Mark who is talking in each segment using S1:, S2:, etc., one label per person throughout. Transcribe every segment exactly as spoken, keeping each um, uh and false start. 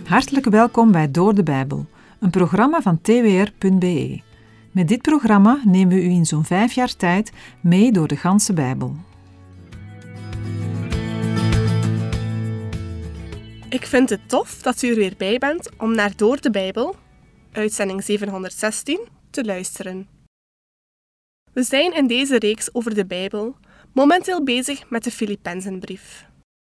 S1: Hartelijk welkom bij Door de Bijbel, een programma van t w r punt b e. Met dit programma nemen we u in zo'n vijf jaar tijd mee door de ganse Bijbel.
S2: Ik vind het tof dat u er weer bij bent om naar Door de Bijbel, uitzending zevenhonderdzestien, te luisteren. We zijn in deze reeks over de Bijbel momenteel bezig met de Filippenzenbrief.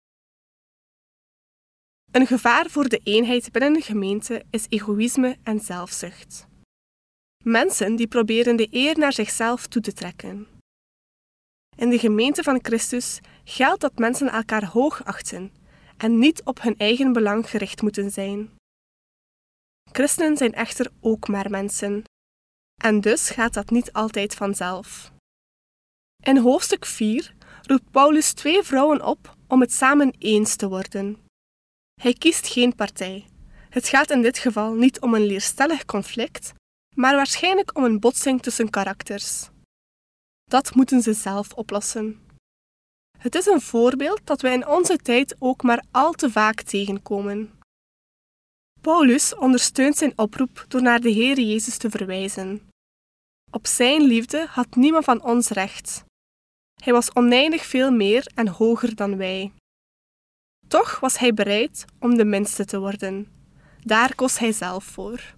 S2: Een gevaar voor de eenheid binnen een gemeente is egoïsme en zelfzucht. Mensen die proberen de eer naar zichzelf toe te trekken. In de gemeente van Christus geldt dat mensen elkaar hoog achten en niet op hun eigen belang gericht moeten zijn. Christenen zijn echter ook maar mensen, en dus gaat dat niet altijd vanzelf. In hoofdstuk vier roept Paulus twee vrouwen op om het samen eens te worden. Hij kiest geen partij. Het gaat in dit geval niet om een leerstellig conflict, maar waarschijnlijk om een botsing tussen karakters. Dat moeten ze zelf oplossen. Het is een voorbeeld dat we in onze tijd ook maar al te vaak tegenkomen. Paulus ondersteunt zijn oproep door naar de Heer Jezus te verwijzen. Op zijn liefde had niemand van ons recht. Hij was oneindig veel meer en hoger dan wij. Toch was hij bereid om de minste te worden. Daar koos hij zelf voor.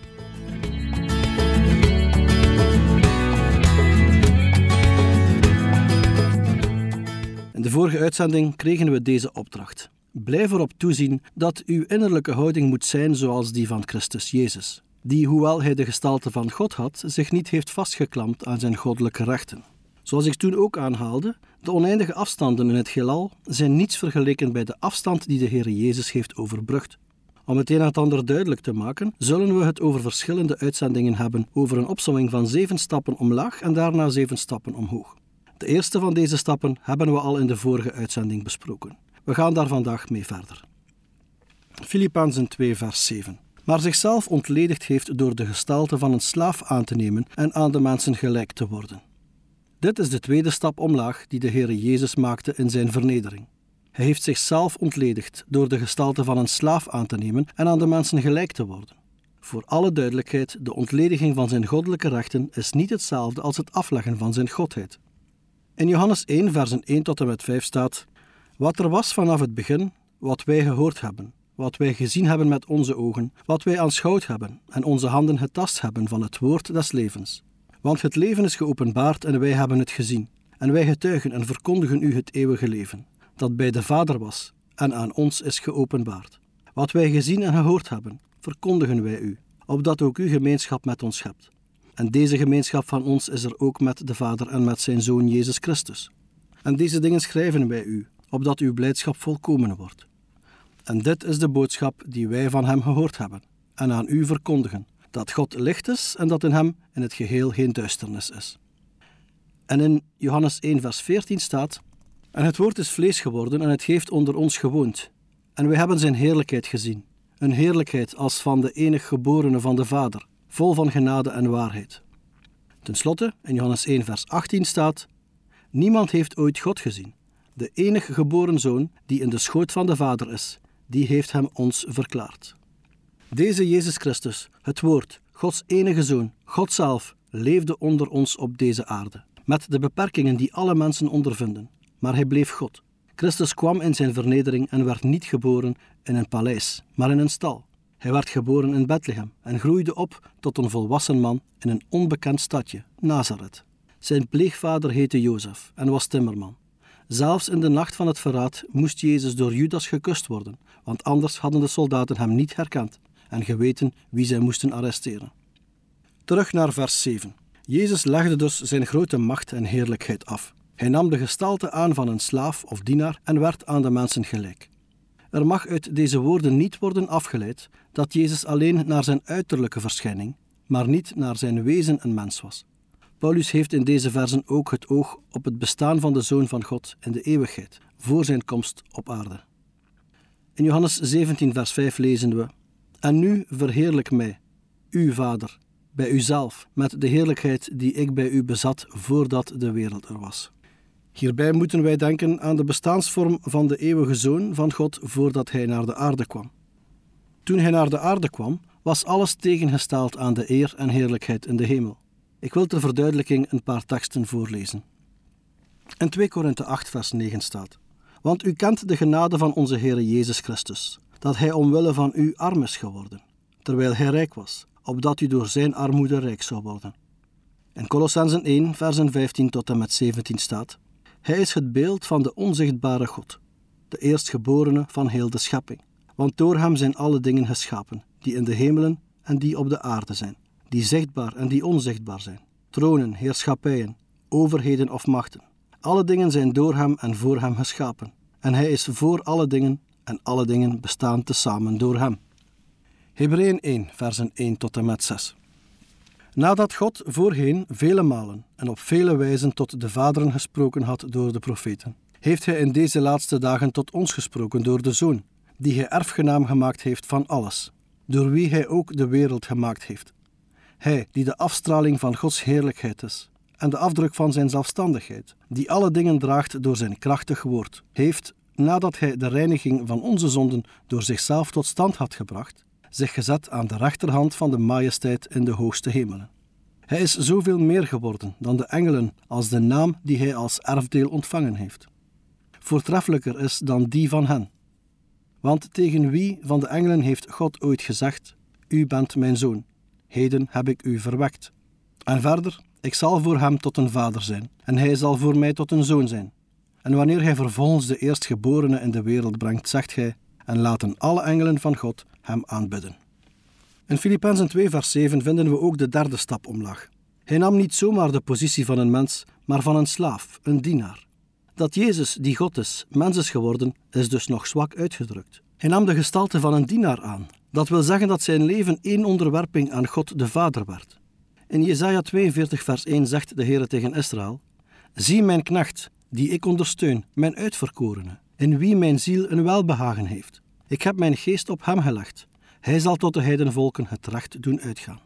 S3: In de vorige uitzending kregen we deze opdracht. Blijf erop toezien dat uw innerlijke houding moet zijn zoals die van Christus Jezus, die, hoewel hij de gestalte van God had, zich niet heeft vastgeklampt aan zijn goddelijke rechten. Zoals ik toen ook aanhaalde, de oneindige afstanden in het heelal zijn niets vergeleken bij de afstand die de Heer Jezus heeft overbrugd. Om het een en het ander duidelijk te maken, zullen we het over verschillende uitzendingen hebben over een opsomming van zeven stappen omlaag en daarna zeven stappen omhoog. De eerste van deze stappen hebben we al in de vorige uitzending besproken. We gaan daar vandaag mee verder. Filippenzen twee vers zeven. Maar zichzelf ontledigd heeft door de gestalte van een slaaf aan te nemen en aan de mensen gelijk te worden. Dit is de tweede stap omlaag die de Heer Jezus maakte in zijn vernedering. Hij heeft zichzelf ontledigd door de gestalte van een slaaf aan te nemen en aan de mensen gelijk te worden. Voor alle duidelijkheid, de ontlediging van zijn goddelijke rechten is niet hetzelfde als het afleggen van zijn godheid. In Johannes één, versen één tot en met vijf staat: Wat er was vanaf het begin, wat wij gehoord hebben, wat wij gezien hebben met onze ogen, wat wij aanschouwd hebben en onze handen getast hebben van het woord des levens. Want het leven is geopenbaard en wij hebben het gezien. En wij getuigen en verkondigen u het eeuwige leven, dat bij de Vader was en aan ons is geopenbaard. Wat wij gezien en gehoord hebben, verkondigen wij u, opdat ook u gemeenschap met ons hebt. En deze gemeenschap van ons is er ook met de Vader en met zijn Zoon Jezus Christus. En deze dingen schrijven wij u, opdat uw blijdschap volkomen wordt. En dit is de boodschap die wij van hem gehoord hebben, en aan u verkondigen, dat God licht is en dat in hem in het geheel geen duisternis is. En in Johannes één vers veertien staat: En het woord is vlees geworden en het heeft onder ons gewoond. En wij hebben zijn heerlijkheid gezien, een heerlijkheid als van de enig geborene van de Vader, vol van genade en waarheid. Ten slotte, in Johannes één vers achttien staat: Niemand heeft ooit God gezien. De enige geboren Zoon, die in de schoot van de Vader is, die heeft hem ons verklaard. Deze Jezus Christus, het Woord, Gods enige Zoon, God zelf, leefde onder ons op deze aarde, met de beperkingen die alle mensen ondervinden. Maar hij bleef God. Christus kwam in zijn vernedering en werd niet geboren in een paleis, maar in een stal. Hij werd geboren in Bethlehem en groeide op tot een volwassen man in een onbekend stadje, Nazareth. Zijn pleegvader heette Jozef en was timmerman. Zelfs in de nacht van het verraad moest Jezus door Judas gekust worden, want anders hadden de soldaten hem niet herkend en geweten wie zij moesten arresteren. Terug naar vers zeven. Jezus legde dus zijn grote macht en heerlijkheid af. Hij nam de gestalte aan van een slaaf of dienaar en werd aan de mensen gelijk. Er mag uit deze woorden niet worden afgeleid dat Jezus alleen naar zijn uiterlijke verschijning, maar niet naar zijn wezen een mens was. Paulus heeft in deze versen ook het oog op het bestaan van de Zoon van God in de eeuwigheid, voor zijn komst op aarde. In Johannes zeventien vers vijf lezen we: En nu verheerlijk mij, uw Vader, bij uzelf, met de heerlijkheid die ik bij u bezat voordat de wereld er was. Hierbij moeten wij denken aan de bestaansvorm van de eeuwige Zoon van God voordat hij naar de aarde kwam. Toen hij naar de aarde kwam, was alles tegengesteld aan de eer en heerlijkheid in de hemel. Ik wil ter verduidelijking een paar teksten voorlezen. In twee Korinthe acht vers negen staat: Want u kent de genade van onze Heere Jezus Christus, dat hij omwille van u arm is geworden, terwijl hij rijk was, opdat u door zijn armoede rijk zou worden. In Kolossenzen één versen vijftien tot en met zeventien staat: Hij is het beeld van de onzichtbare God, de eerstgeborene van heel de schepping. Want door hem zijn alle dingen geschapen, die in de hemelen en die op de aarde zijn, die zichtbaar en die onzichtbaar zijn, tronen, heerschappijen, overheden of machten. Alle dingen zijn door hem en voor hem geschapen. En hij is voor alle dingen en alle dingen bestaan tezamen door hem. Hebreeën één, versen één tot en met zes. Nadat God voorheen vele malen en op vele wijzen tot de vaderen gesproken had door de profeten, heeft hij in deze laatste dagen tot ons gesproken door de Zoon, die hij erfgenaam gemaakt heeft van alles, door wie hij ook de wereld gemaakt heeft. Hij, die de afstraling van Gods heerlijkheid is, en de afdruk van zijn zelfstandigheid, die alle dingen draagt door zijn krachtig woord, heeft, nadat hij de reiniging van onze zonden door zichzelf tot stand had gebracht, zich gezet aan de rechterhand van de majesteit in de hoogste hemelen. Hij is zoveel meer geworden dan de engelen als de naam die hij als erfdeel ontvangen heeft. Voortreffelijker is dan die van hen. Want tegen wie van de engelen heeft God ooit gezegd: U bent mijn zoon, heden heb ik u verwekt. En verder, ik zal voor hem tot een vader zijn, en hij zal voor mij tot een zoon zijn. En wanneer hij vervolgens de eerstgeborene in de wereld brengt, zegt hij: En laten alle engelen van God hem aanbidden. In Filippenzen twee vers zeven vinden we ook de derde stap omlaag. Hij nam niet zomaar de positie van een mens, maar van een slaaf, een dienaar. Dat Jezus, die God is, mens is geworden, is dus nog zwak uitgedrukt. Hij nam de gestalte van een dienaar aan. Dat wil zeggen dat zijn leven één onderwerping aan God de Vader werd. In Jesaja tweeënveertig vers één zegt de Heere tegen Israël: Zie mijn knecht, die ik ondersteun, mijn uitverkorene, in wie mijn ziel een welbehagen heeft. Ik heb mijn geest op hem gelegd. Hij zal tot de heidenvolken het recht doen uitgaan.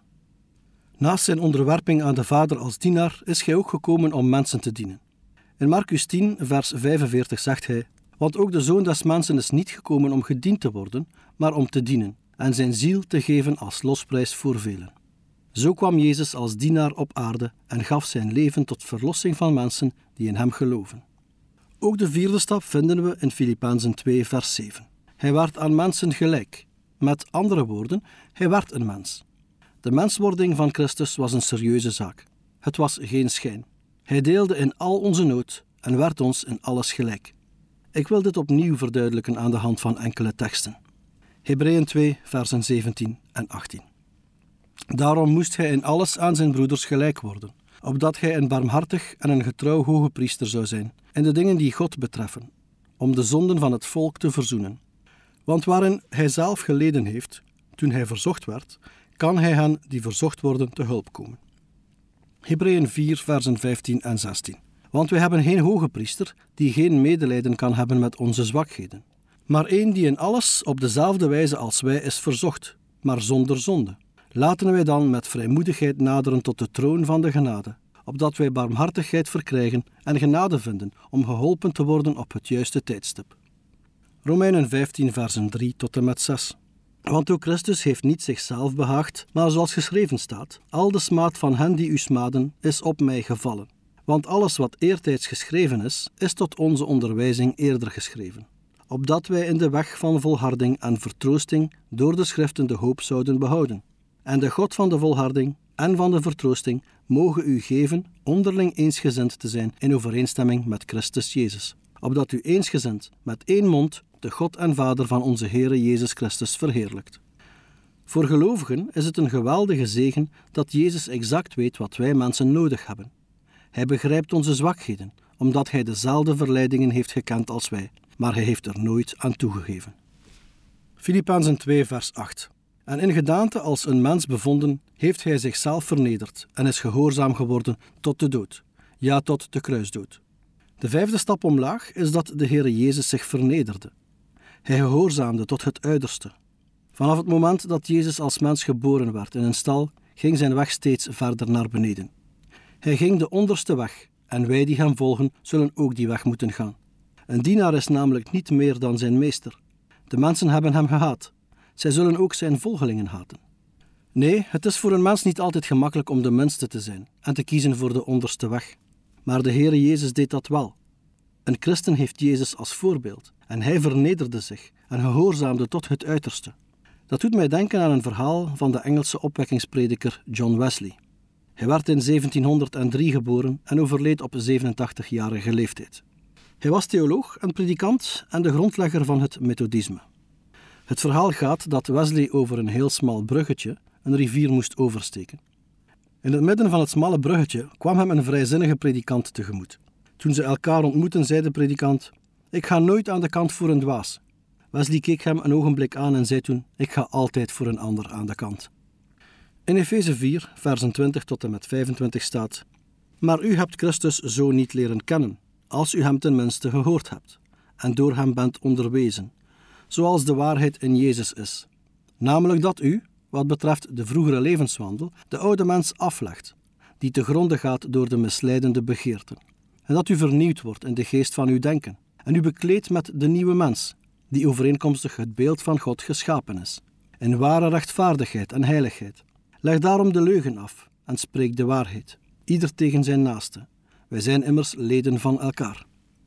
S3: Naast zijn onderwerping aan de Vader als dienaar is hij ook gekomen om mensen te dienen. In Markus tien, vers vijfenveertig zegt hij: Want ook de Zoon des Mensen is niet gekomen om gediend te worden, maar om te dienen en zijn ziel te geven als losprijs voor velen. Zo kwam Jezus als dienaar op aarde en gaf zijn leven tot verlossing van mensen die in hem geloven. Ook de vierde stap vinden we in Filippenzen twee, vers zeven. Hij werd aan mensen gelijk. Met andere woorden, hij werd een mens. De menswording van Christus was een serieuze zaak. Het was geen schijn. Hij deelde in al onze nood en werd ons in alles gelijk. Ik wil dit opnieuw verduidelijken aan de hand van enkele teksten. Hebreeën twee, versen zeventien en achttien. Daarom moest hij in alles aan zijn broeders gelijk worden, opdat hij een barmhartig en een getrouw hoge priester zou zijn, in de dingen die God betreffen, om de zonden van het volk te verzoenen. Want waarin hij zelf geleden heeft, toen hij verzocht werd, kan hij hen die verzocht worden te hulp komen. Hebreeën vier, versen vijftien en zestien. Want wij hebben geen hoge priester die geen medelijden kan hebben met onze zwakheden, maar één die in alles op dezelfde wijze als wij is verzocht, maar zonder zonde. Laten wij dan met vrijmoedigheid naderen tot de troon van de genade, opdat wij barmhartigheid verkrijgen en genade vinden om geholpen te worden op het juiste tijdstip. Romeinen vijftien, versen drie tot en met zes. Want ook Christus heeft niet zichzelf behaagd, maar zoals geschreven staat: Al de smaad van hen die u smaden is op mij gevallen. Want alles wat eertijds geschreven is, is tot onze onderwijzing eerder geschreven, opdat wij in de weg van volharding en vertroosting door de schriften de hoop zouden behouden. En de God van de volharding en van de vertroosting mogen u geven onderling eensgezind te zijn in overeenstemming met Christus Jezus, opdat u eensgezind met één mond de God en Vader van onze Heere Jezus Christus verheerlijkt. Voor gelovigen is het een geweldige zegen dat Jezus exact weet wat wij mensen nodig hebben. Hij begrijpt onze zwakheden, omdat hij dezelfde verleidingen heeft gekend als wij, maar hij heeft er nooit aan toegegeven. Filippenzen twee, vers acht. En in gedaante als een mens bevonden, heeft hij zichzelf vernederd en is gehoorzaam geworden tot de dood, ja, tot de kruisdood. De vijfde stap omlaag is dat de Heere Jezus zich vernederde. Hij gehoorzaamde tot het uiterste. Vanaf het moment dat Jezus als mens geboren werd in een stal, ging zijn weg steeds verder naar beneden. Hij ging de onderste weg, en wij die hem volgen, zullen ook die weg moeten gaan. Een dienaar is namelijk niet meer dan zijn meester. De mensen hebben hem gehaat. Zij zullen ook zijn volgelingen haten. Nee, het is voor een mens niet altijd gemakkelijk om de minste te zijn en te kiezen voor de onderste weg. Maar de Heere Jezus deed dat wel. Een christen heeft Jezus als voorbeeld en hij vernederde zich en gehoorzaamde tot het uiterste. Dat doet mij denken aan een verhaal van de Engelse opwekkingsprediker John Wesley. Hij werd in zeventienhonderddrie geboren en overleed op zevenentachtigjarige leeftijd. Hij was theoloog en predikant en de grondlegger van het methodisme. Het verhaal gaat dat Wesley over een heel smal bruggetje een rivier moest oversteken. In het midden van het smalle bruggetje kwam hem een vrijzinnige predikant tegemoet. Toen ze elkaar ontmoetten, zei de predikant: "Ik ga nooit aan de kant voor een dwaas." Wesley keek hem een ogenblik aan en zei toen: "Ik ga altijd voor een ander aan de kant." In Efeze vier, versen twintig tot en met vijfentwintig staat: "Maar u hebt Christus zo niet leren kennen, als u hem tenminste gehoord hebt, en door hem bent onderwezen, zoals de waarheid in Jezus is. Namelijk dat u, wat betreft de vroegere levenswandel, de oude mens aflegt, die te gronde gaat door de misleidende begeerten, en dat u vernieuwd wordt in de geest van uw denken, en u bekleedt met de nieuwe mens, die overeenkomstig het beeld van God geschapen is, in ware rechtvaardigheid en heiligheid. Leg daarom de leugen af en spreek de waarheid, ieder tegen zijn naaste. Wij zijn immers leden van elkaar."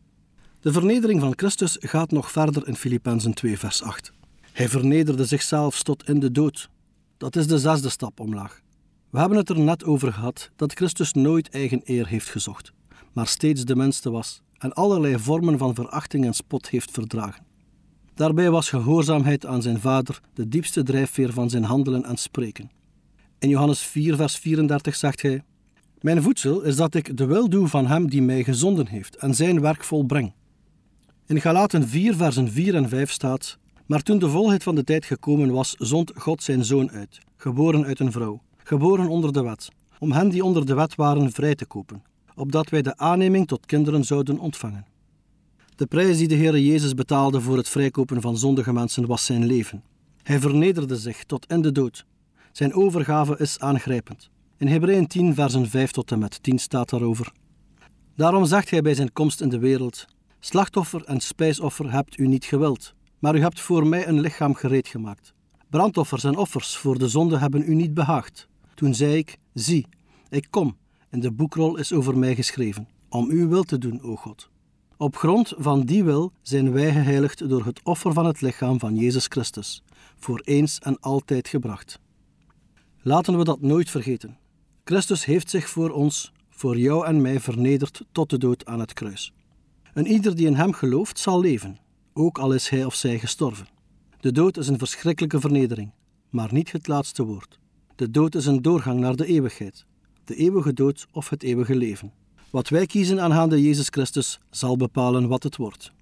S3: De vernedering van Christus gaat nog verder in Filippenzen twee vers acht. Hij vernederde zichzelf tot in de dood. Dat is de zesde stap omlaag. We hebben het er net over gehad dat Christus nooit eigen eer heeft gezocht, maar steeds de minste was en allerlei vormen van verachting en spot heeft verdragen. Daarbij was gehoorzaamheid aan zijn Vader de diepste drijfveer van zijn handelen en spreken. In Johannes vier vers vierendertig zegt hij: "Mijn voedsel is dat ik de wil doe van hem die mij gezonden heeft en zijn werk volbreng." In Galaten vier versen vier en vijf staat: "Maar toen de volheid van de tijd gekomen was, zond God zijn Zoon uit, geboren uit een vrouw, geboren onder de wet, om hen die onder de wet waren vrij te kopen, opdat wij de aanneming tot kinderen zouden ontvangen." De prijs die de Heere Jezus betaalde voor het vrijkopen van zondige mensen was zijn leven. Hij vernederde zich tot in de dood. Zijn overgave is aangrijpend. In Hebreeën tien versen vijf tot en met tien staat daarover: "Daarom zegt hij bij zijn komst in de wereld: Slachtoffer en spijsoffer hebt u niet gewild, maar u hebt voor mij een lichaam gereed gemaakt. Brandoffers en offers voor de zonde hebben u niet behaagd. Toen zei ik: zie, ik kom, en de boekrol is over mij geschreven, om uw wil te doen, o God. Op grond van die wil zijn wij geheiligd door het offer van het lichaam van Jezus Christus, voor eens en altijd gebracht." Laten we dat nooit vergeten. Christus heeft zich voor ons, voor jou en mij vernederd tot de dood aan het kruis. En ieder die in hem gelooft zal leven, ook al is hij of zij gestorven. De dood is een verschrikkelijke vernedering, maar niet het laatste woord. De dood is een doorgang naar de eeuwigheid, de eeuwige dood of het eeuwige leven. Wat wij kiezen aangaande Jezus Christus zal bepalen wat het wordt.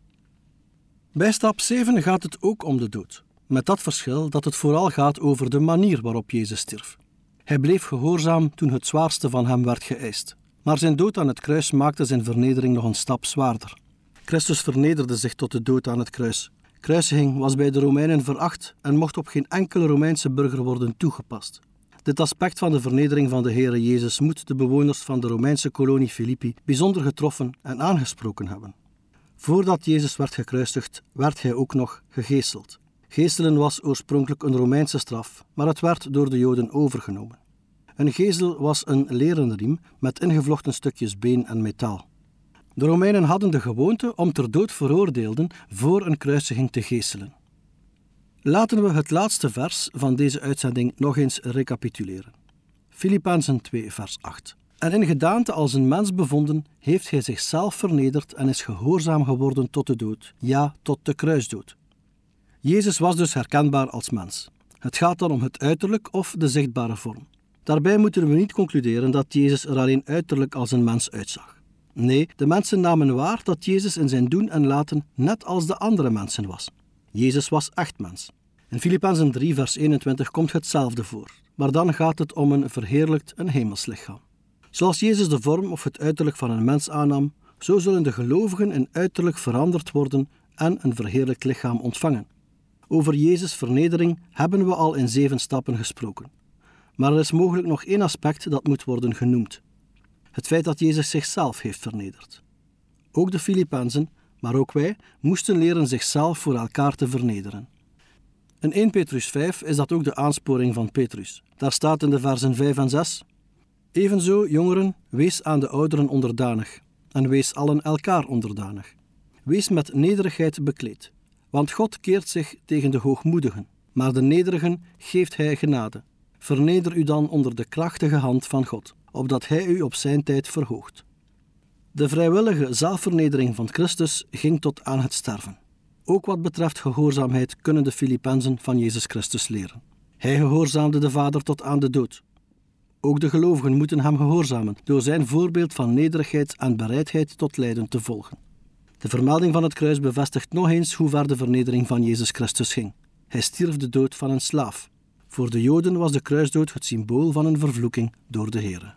S3: Bij stap zeven gaat het ook om de dood, met dat verschil dat het vooral gaat over de manier waarop Jezus stierf. Hij bleef gehoorzaam toen het zwaarste van hem werd geëist, maar zijn dood aan het kruis maakte zijn vernedering nog een stap zwaarder. Christus vernederde zich tot de dood aan het kruis. Kruisiging was bij de Romeinen veracht en mocht op geen enkele Romeinse burger worden toegepast. Dit aspect van de vernedering van de Heere Jezus moet de bewoners van de Romeinse kolonie Filippi bijzonder getroffen en aangesproken hebben. Voordat Jezus werd gekruisigd, werd hij ook nog gegeeseld. Geeselen was oorspronkelijk een Romeinse straf, maar het werd door de Joden overgenomen. Een gezel was een leren riem met ingevlochten stukjes been en metaal. De Romeinen hadden de gewoonte om ter dood veroordeelden voor een kruisiging te geeselen. Laten we het laatste vers van deze uitzending nog eens recapituleren. Filippenzen twee vers acht. En in gedaante als een mens bevonden, heeft hij zichzelf vernederd en is gehoorzaam geworden tot de dood, ja, tot de kruisdood. Jezus was dus herkenbaar als mens. Het gaat dan om het uiterlijk of de zichtbare vorm. Daarbij moeten we niet concluderen dat Jezus er alleen uiterlijk als een mens uitzag. Nee, de mensen namen waar dat Jezus in zijn doen en laten net als de andere mensen was. Jezus was echt mens. In Filippenzen drie vers eenentwintig komt hetzelfde voor, maar dan gaat het om een verheerlijkt een hemelslichaam. Zoals Jezus de vorm of het uiterlijk van een mens aannam, zo zullen de gelovigen in uiterlijk veranderd worden en een verheerlijkt lichaam ontvangen. Over Jezus' vernedering hebben we al in zeven stappen gesproken. Maar er is mogelijk nog één aspect dat moet worden genoemd. Het feit dat Jezus zichzelf heeft vernederd. Ook de Filippenzen, maar ook wij, moesten leren zichzelf voor elkaar te vernederen. In eerste Petrus vijf is dat ook de aansporing van Petrus. Daar staat in de versen vijf en zes: Evenzo, jongeren, wees aan de ouderen onderdanig, en wees allen elkaar onderdanig. Wees met nederigheid bekleed, want God keert zich tegen de hoogmoedigen, maar de nederigen geeft hij genade. Verneder u dan onder de krachtige hand van God, opdat hij u op zijn tijd verhoogt. De vrijwillige zelfvernedering van Christus ging tot aan het sterven. Ook wat betreft gehoorzaamheid kunnen de Filippenzen van Jezus Christus leren. Hij gehoorzaamde de Vader tot aan de dood. Ook de gelovigen moeten hem gehoorzamen door zijn voorbeeld van nederigheid en bereidheid tot lijden te volgen. De vermelding van het kruis bevestigt nog eens hoe ver de vernedering van Jezus Christus ging. Hij stierf de dood van een slaaf. Voor de Joden was de kruisdood het symbool van een vervloeking door de Heere.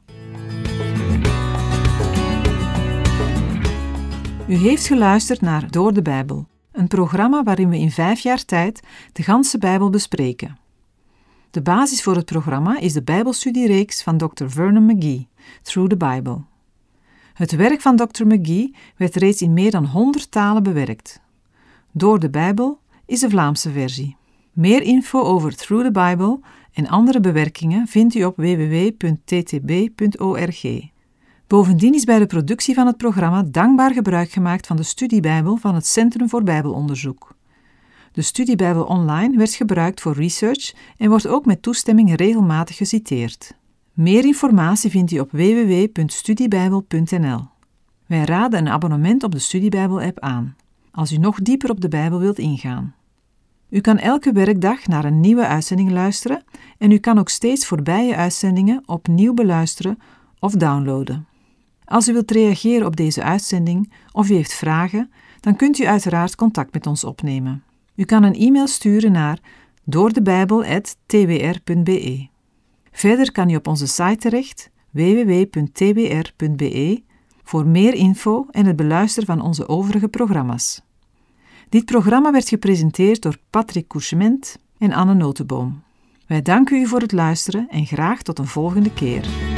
S1: U heeft geluisterd naar Door de Bijbel, een programma waarin we in vijf jaar tijd de ganse Bijbel bespreken. De basis voor het programma is de Bijbelstudiereeks van dokter Vernon McGee, Through the Bible. Het werk van dokter McGee werd reeds in meer dan honderd talen bewerkt. Door de Bijbel is de Vlaamse versie. Meer info over Through the Bible en andere bewerkingen vindt u op w w w punt t t b punt org. Bovendien is bij de productie van het programma dankbaar gebruik gemaakt van de studiebijbel van het Centrum voor Bijbelonderzoek. De studiebijbel online werd gebruikt voor research en wordt ook met toestemming regelmatig geciteerd. Meer informatie vindt u op w w w punt studiebijbel punt n l. Wij raden een abonnement op de Studiebijbel-app aan, als u nog dieper op de Bijbel wilt ingaan. U kan elke werkdag naar een nieuwe uitzending luisteren en u kan ook steeds voorbije uitzendingen opnieuw beluisteren of downloaden. Als u wilt reageren op deze uitzending of u heeft vragen, dan kunt u uiteraard contact met ons opnemen. U kan een e-mail sturen naar doordebijbel apenstaartje t w r punt b e. Verder kan u op onze site terecht w w w punt t w r punt b e voor meer info en het beluisteren van onze overige programma's. Dit programma werd gepresenteerd door Patrick Couchement en Anne Notenboom. Wij danken u voor het luisteren en graag tot een volgende keer.